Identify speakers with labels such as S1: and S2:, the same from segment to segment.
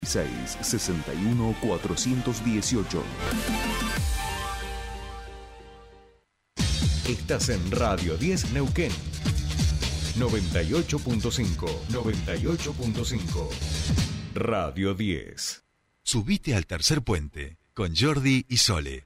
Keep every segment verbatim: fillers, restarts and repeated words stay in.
S1: seis sesenta y uno cuatrocientos dieciocho.
S2: Estás en Radio diez Neuquén. noventa y ocho punto cinco. noventa y ocho punto cinco. Radio diez.
S3: Subite al tercer puente con Jordi y Sole.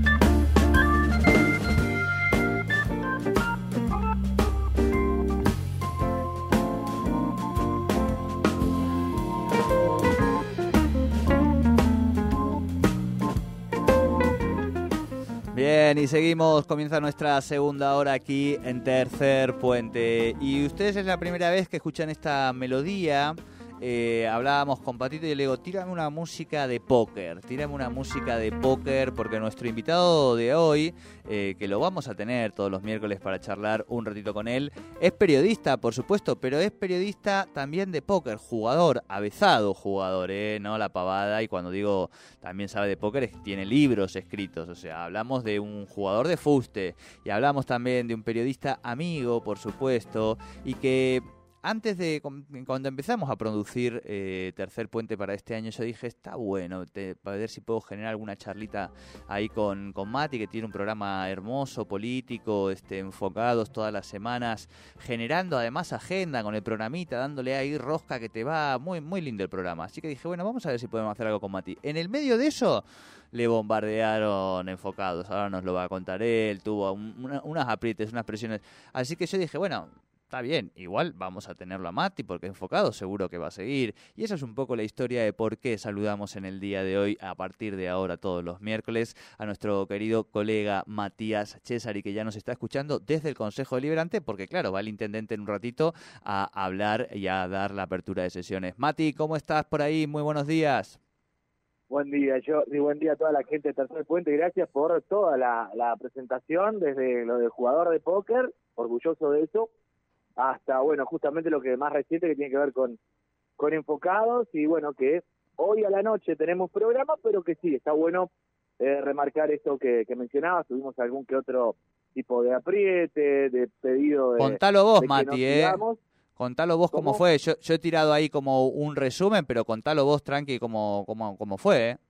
S4: Bien, y seguimos, comienza nuestra segunda hora aquí en Tercer Puente. Y ustedes es la primera vez que escuchan esta melodía. Eh, hablábamos con Patito y yo le digo, tírame una música de póker, tírame una música de póker, porque nuestro invitado de hoy, eh, que lo vamos a tener todos los miércoles para charlar un ratito con él, es periodista, por supuesto, pero es periodista también de póker, jugador, avezado jugador, eh, no la pavada, y cuando digo también sabe de póker es que tiene libros escritos, o sea, hablamos de un jugador de fuste, y hablamos también de un periodista amigo, por supuesto, y que... Antes de, cuando empezamos a producir eh, Tercer Puente para este año, yo dije, está bueno, te, para ver si puedo generar alguna charlita ahí con, con Mati, que tiene un programa hermoso, político, este, enfocados todas las semanas, generando además agenda con el programita, dándole ahí rosca que te va, muy, muy lindo el programa. Así que dije, bueno, vamos a ver si podemos hacer algo con Mati. En el medio de eso, le bombardearon Enfocados, ahora nos lo va a contar él, tuvo un, una, unas aprietes, unas presiones. Así que yo dije, bueno... Está bien, igual vamos a tenerlo a Mati porque enfocado seguro que va a seguir. Y esa es un poco la historia de por qué saludamos en el día de hoy, a partir de ahora todos los miércoles, a nuestro querido colega Matías Cesari, que ya nos está escuchando desde el Consejo Deliberante, porque claro, va el intendente en un ratito a hablar y a dar la apertura de sesiones. Mati, ¿cómo estás por ahí? Muy buenos días.
S5: Buen día, yo y buen día a toda la gente de Tercer Puente. Gracias por toda la, la presentación, desde lo del jugador de póker, orgulloso de eso, hasta, bueno, justamente lo que más reciente que tiene que ver con, con Enfocados, y bueno, que hoy a la noche tenemos programa, pero que sí, está bueno eh, remarcar esto que, que mencionabas, tuvimos algún que otro tipo de apriete, de pedido de...
S4: Contalo vos,
S5: de
S4: Mati, eh. Contalo vos cómo, cómo fue, yo, yo he tirado ahí como un resumen, pero contalo vos, tranqui, cómo, cómo, cómo fue, eh.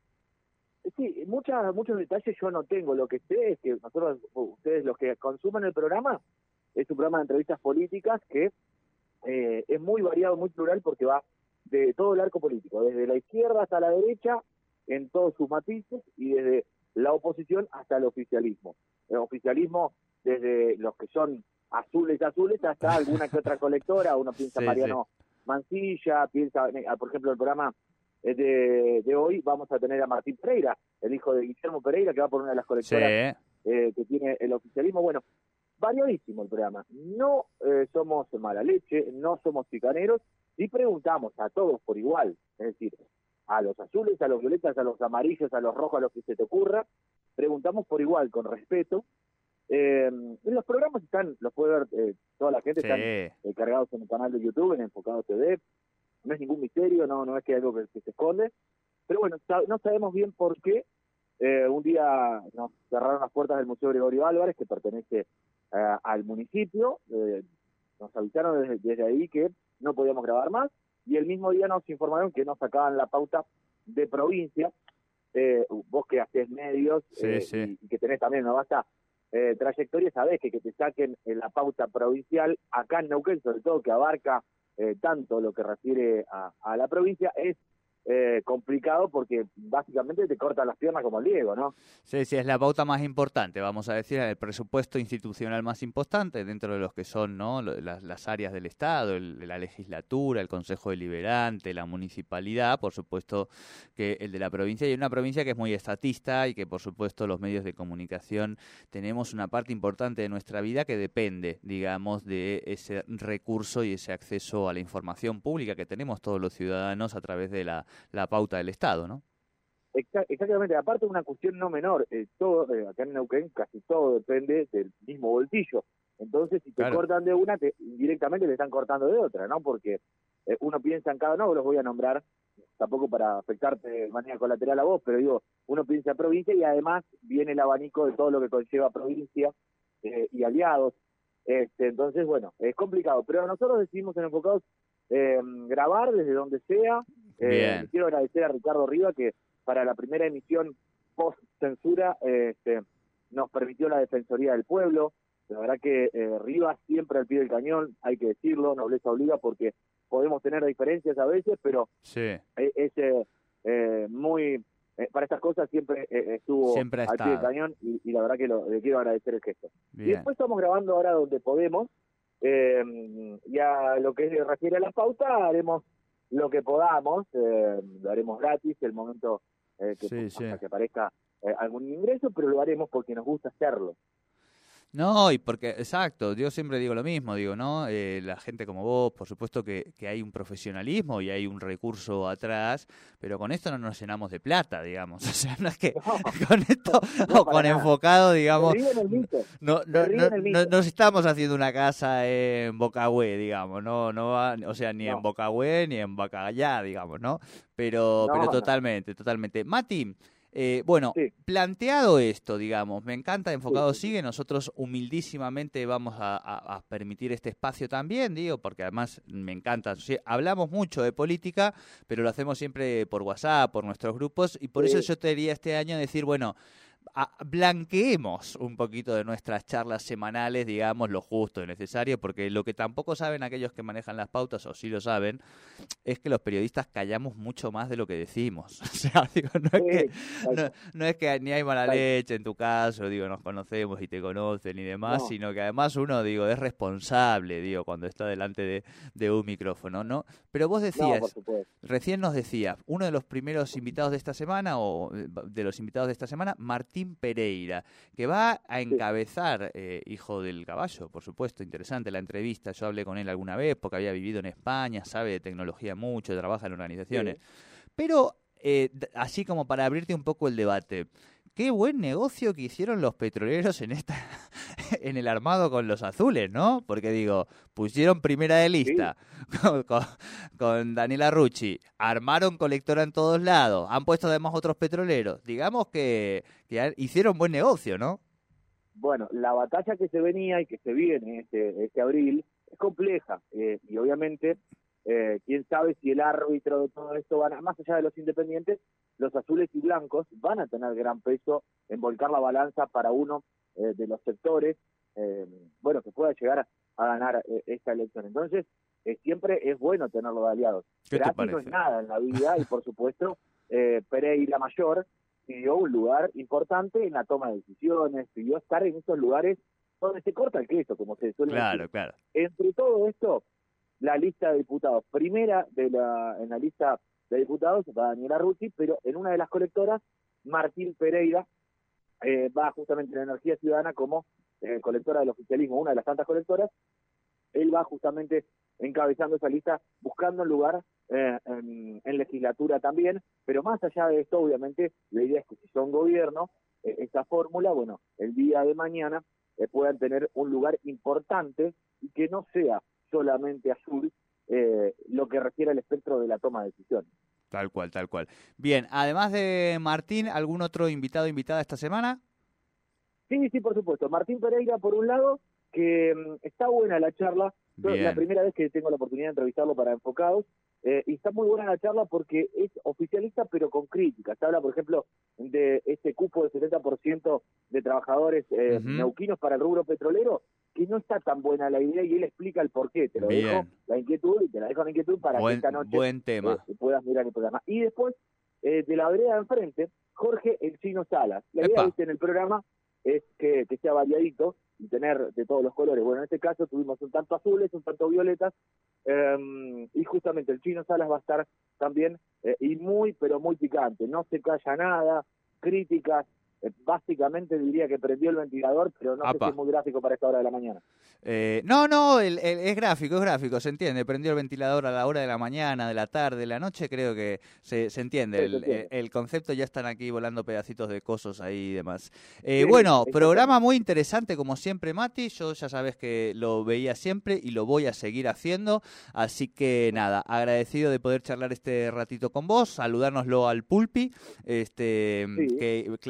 S5: Sí, muchas, muchos detalles yo no tengo, lo que sé es que nosotros, ustedes los que consumen el programa, es un programa de entrevistas políticas que eh, es muy variado, muy plural, porque va de todo el arco político, desde la izquierda hasta la derecha, en todos sus matices, y desde la oposición hasta el oficialismo. El oficialismo desde los que son azules azules hasta alguna que otra colectora, uno piensa sí, Mariano sí. Mancilla, piensa, por ejemplo, el programa de, de hoy vamos a tener a Martín Pereira, el hijo de Guillermo Pereira, que va por una de las colectoras sí. eh, que tiene el oficialismo. Bueno, variadísimo el programa. No eh, somos mala leche, no somos chicaneros, y preguntamos a todos por igual, es decir, a los azules, a los violetas, a los amarillos, a los rojos, a los que se te ocurra, preguntamos por igual, con respeto. Eh, en los programas están, los puede ver eh, toda la gente, sí. están eh, cargados en el canal de YouTube, en Enfocado T V, no es ningún misterio, no, no es que hay algo que, que se esconde, pero bueno, no sabemos bien por qué. Eh, un día nos cerraron las puertas del Museo Gregorio Álvarez, que pertenece Uh, al municipio, eh, nos avisaron desde, desde ahí que no podíamos grabar más, y el mismo día nos informaron que nos sacaban la pauta de provincia. Eh, vos que haces medios
S4: sí,
S5: eh,
S4: sí.
S5: Y, y que tenés también una vasta eh, trayectoria, sabés que que te saquen en la pauta provincial acá en Neuquén, sobre todo que abarca eh, tanto lo que refiere a, a la provincia, es Eh, complicado, porque básicamente te cortan las piernas como el Diego, ¿no?
S4: Sí, sí, es la pauta más importante, vamos a decir, el presupuesto institucional más importante dentro de los que son, ¿no?, las, las áreas del Estado, el, la legislatura, el Consejo Deliberante, la municipalidad, por supuesto que el de la provincia, y hay una provincia que es muy estatista y que por supuesto los medios de comunicación tenemos una parte importante de nuestra vida que depende, digamos, de ese recurso y ese acceso a la información pública que tenemos todos los ciudadanos a través de la la pauta del Estado, ¿no?
S5: Exactamente, aparte de una cuestión no menor, eh, todo eh, acá en Neuquén casi todo depende del mismo bolsillo. Entonces, si te claro. cortan de una, te, directamente te están cortando de otra, ¿no? Porque eh, uno piensa en cada uno, los voy a nombrar, tampoco para afectarte de manera colateral a vos, pero digo, uno piensa en provincia y además viene el abanico de todo lo que conlleva provincia eh, y aliados. Este, entonces, bueno, es complicado, pero nosotros decidimos en Enfocados Eh, grabar desde donde sea, Eh, quiero agradecer a Ricardo Riva que para la primera emisión post-censura eh, este, nos permitió la Defensoría del Pueblo. La verdad que eh, Riva siempre al pie del cañón, hay que decirlo, nobleza obliga, porque podemos tener diferencias a veces, pero
S4: sí.
S5: es, es eh, eh, muy... Eh, para estas cosas siempre eh, estuvo
S4: siempre
S5: al pie del cañón y, y la verdad que lo, le quiero agradecer el gesto.
S4: Bien.
S5: Y después estamos grabando ahora donde podemos, eh, y a lo que se refiere a la pauta haremos lo que podamos, eh, lo haremos gratis el momento eh, que,
S4: sí, sí.
S5: hasta que aparezca eh, algún ingreso, pero lo haremos porque nos gusta hacerlo.
S4: No, y porque, exacto, yo siempre digo lo mismo, digo, ¿no? Eh, la gente como vos, por supuesto que, que hay un profesionalismo y hay un recurso atrás, pero con esto no nos llenamos de plata, digamos. O sea, no es que no, con esto,
S5: no,
S4: o con
S5: nada.
S4: enfocado, digamos,
S5: no,
S4: no, no, no, no estamos haciendo una casa en Bocahue, digamos, no, no va, o sea, ni no. en Bocahue ni en Bacallá, digamos, ¿no? Pero, no, pero totalmente, no. totalmente. Mati, Eh, bueno, sí. planteado esto, digamos, me encanta Enfocado sí. Sigue, nosotros humildísimamente vamos a, a, a permitir este espacio también, digo, porque además me encanta, sí, hablamos mucho de política, pero lo hacemos siempre por WhatsApp, por nuestros grupos, y por sí. eso yo te quería este año decir, bueno, a, blanqueemos un poquito de nuestras charlas semanales, digamos, lo justo y necesario, porque lo que tampoco saben aquellos que manejan las pautas, o sí lo saben, es que los periodistas callamos mucho más de lo que decimos. O sea, digo, no es que, no, no es que ni hay mala leche en tu caso, digo, nos conocemos y te conocen y demás, no. sino que además uno, digo, es responsable, digo, cuando está delante de, de un micrófono, ¿no? Pero vos decías, no, recién nos decías, uno de los primeros invitados de esta semana, o de los invitados de esta semana, Martín Pereira, que va a encabezar eh, Hijo del Caballo, por supuesto, interesante la entrevista, yo hablé con él alguna vez porque había vivido en España, sabe de tecnología mucho, trabaja en organizaciones, sí. pero eh, así como para abrirte un poco el debate, qué buen negocio que hicieron los petroleros en esta en el armado con los azules, ¿no? Porque digo, pusieron primera de lista sí. con, con, con Daniela Rucci, armaron colectora en todos lados, han puesto además otros petroleros. Digamos que, que hicieron buen negocio, ¿no?
S5: Bueno, la batalla que se venía y que se viene este, este abril es compleja eh, y obviamente eh, quién sabe si el árbitro de todo esto van a, más allá de los independientes, los azules y blancos van a tener gran peso en volcar la balanza para uno eh, de los sectores, eh, bueno, que pueda llegar a, a ganar eh, esta elección. Entonces, eh, siempre es bueno tenerlo de aliados. Gratis no es nada en la vida y, por supuesto, eh, Pereira Mayor pidió un lugar importante en la toma de decisiones, pidió estar en esos lugares donde se corta el queso, como se suele
S4: claro,
S5: decir.
S4: Claro, claro.
S5: Entre todo esto, la lista de diputados, primera de la en la lista de diputados va Daniela Rucci, pero en una de las colectoras, Martín Pereira eh, va justamente en Energía Ciudadana como eh, colectora del oficialismo, una de las tantas colectoras. Él va justamente encabezando esa lista, buscando un lugar eh, en, en legislatura también, pero más allá de esto, obviamente, la idea es que si son gobierno, eh, esta fórmula, bueno, el día de mañana eh, puedan tener un lugar importante y que no sea solamente azul, eh, lo que refiere al espectro de la toma de decisiones.
S4: Tal cual, tal cual. Bien, además de Martín, ¿algún otro invitado o invitada esta semana?
S5: Sí, sí, por supuesto. Martín Pereira, por un lado, que um, está buena la charla. Es la primera vez que tengo la oportunidad de entrevistarlo para Enfocados, eh, y está muy buena la charla porque es oficialista, pero con críticas. Se habla, por ejemplo, de este cupo de setenta por ciento de trabajadores eh, uh-huh. neuquinos para el rubro petrolero, que no está tan buena la idea y él explica el porqué. Te lo
S4: Bien.
S5: dejo la inquietud y te la dejo la inquietud para
S4: buen,
S5: que esta noche
S4: buen tema.
S5: Eh, puedas mirar el programa. Y después, eh, de la vereda de enfrente, Jorge el Chino Salas. La idea ¿viste? En el programa es que, que sea variadito y tener de todos los colores. Bueno, en este caso tuvimos un tanto azules, un tanto violetas, eh, y justamente el Chino Salas va a estar también, eh, y muy, pero muy picante. No se calla nada, críticas, eh, básicamente diría que prendió el ventilador, pero no Apa. sé si es muy gráfico para esta hora de la mañana.
S4: Eh, no, no, el, el, es gráfico, es gráfico, se entiende. Prendió el ventilador a la hora de la mañana, de la tarde, de la noche, creo que se, se entiende. Sí, el, se entiende. El, el concepto, ya están aquí volando pedacitos de cosos ahí y demás. Eh, sí, bueno, programa muy interesante, como siempre, Mati. Yo ya sabes que lo veía siempre y lo voy a seguir haciendo. Así que nada, agradecido de poder charlar este ratito con vos, saludárnoslo al Pulpi, este, sí. que clavó una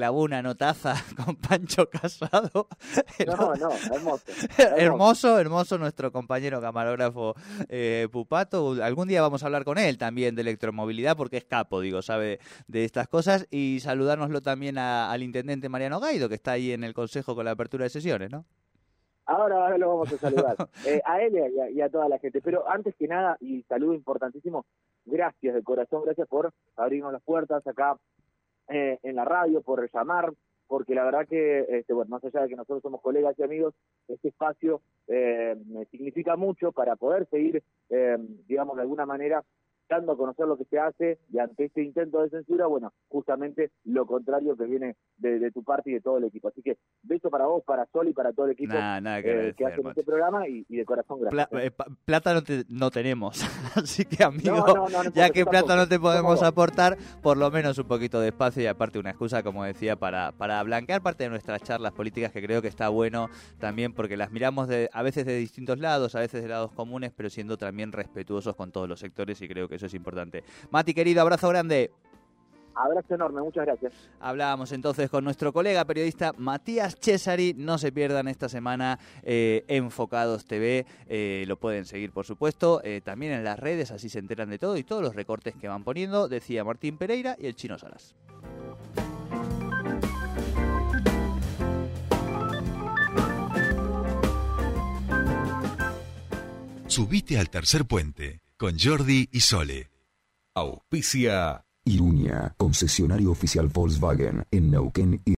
S4: notaza con Pancho Casado.
S5: No, no, hermoso.
S4: hermoso, hermoso nuestro compañero camarógrafo eh, Pupato. Algún día vamos a hablar con él también de electromovilidad porque es capo, digo, sabe de estas cosas. Y saludárnoslo también a, al intendente Mariano Gaido, que está ahí en el consejo con la apertura de sesiones, ¿no?
S5: Ahora, ahora lo vamos a saludar, eh, a él y a, y a toda la gente. Pero antes que nada, y saludo importantísimo, gracias de corazón, gracias por abrirnos las puertas acá eh, en la radio, por llamar, porque la verdad que, este, bueno, más allá de que nosotros somos colegas y amigos, este espacio eh, significa mucho para poder seguir, eh, digamos, de alguna manera, dando a conocer lo que se hace, y ante este intento de censura, bueno, justamente lo contrario que viene de, de tu parte y de todo el equipo. Así que beso para vos, para Sol y para todo el equipo
S4: nah, nada que,
S5: eh,
S4: agradecer,
S5: que hacen este programa, y, y de corazón gracias.
S4: Pla- eh, plata no, te, no tenemos, así que amigo,
S5: no, no, no, no,
S4: ya que plata
S5: tampoco.
S4: no te podemos aportar, por lo menos un poquito de espacio y aparte una excusa, como decía, para, para blanquear parte de nuestras charlas políticas, que creo que está bueno también porque las miramos de, a veces de distintos lados, a veces de lados comunes, pero siendo también respetuosos con todos los sectores, y creo que eso es importante. Mati, querido, abrazo grande.
S5: Abrazo enorme, muchas gracias.
S4: Hablábamos entonces con nuestro colega periodista Matías Cesari. No se pierdan esta semana eh, Enfocados T V. Eh, lo pueden seguir, por supuesto, eh, también en las redes, así se enteran de todo y todos los recortes que van poniendo, decía Martín Pereira y el Chino Salas.
S3: Subite al tercer puente con Jordi y Sole.
S2: Auspicia
S1: Iruña, concesionario oficial Volkswagen en Neuquén y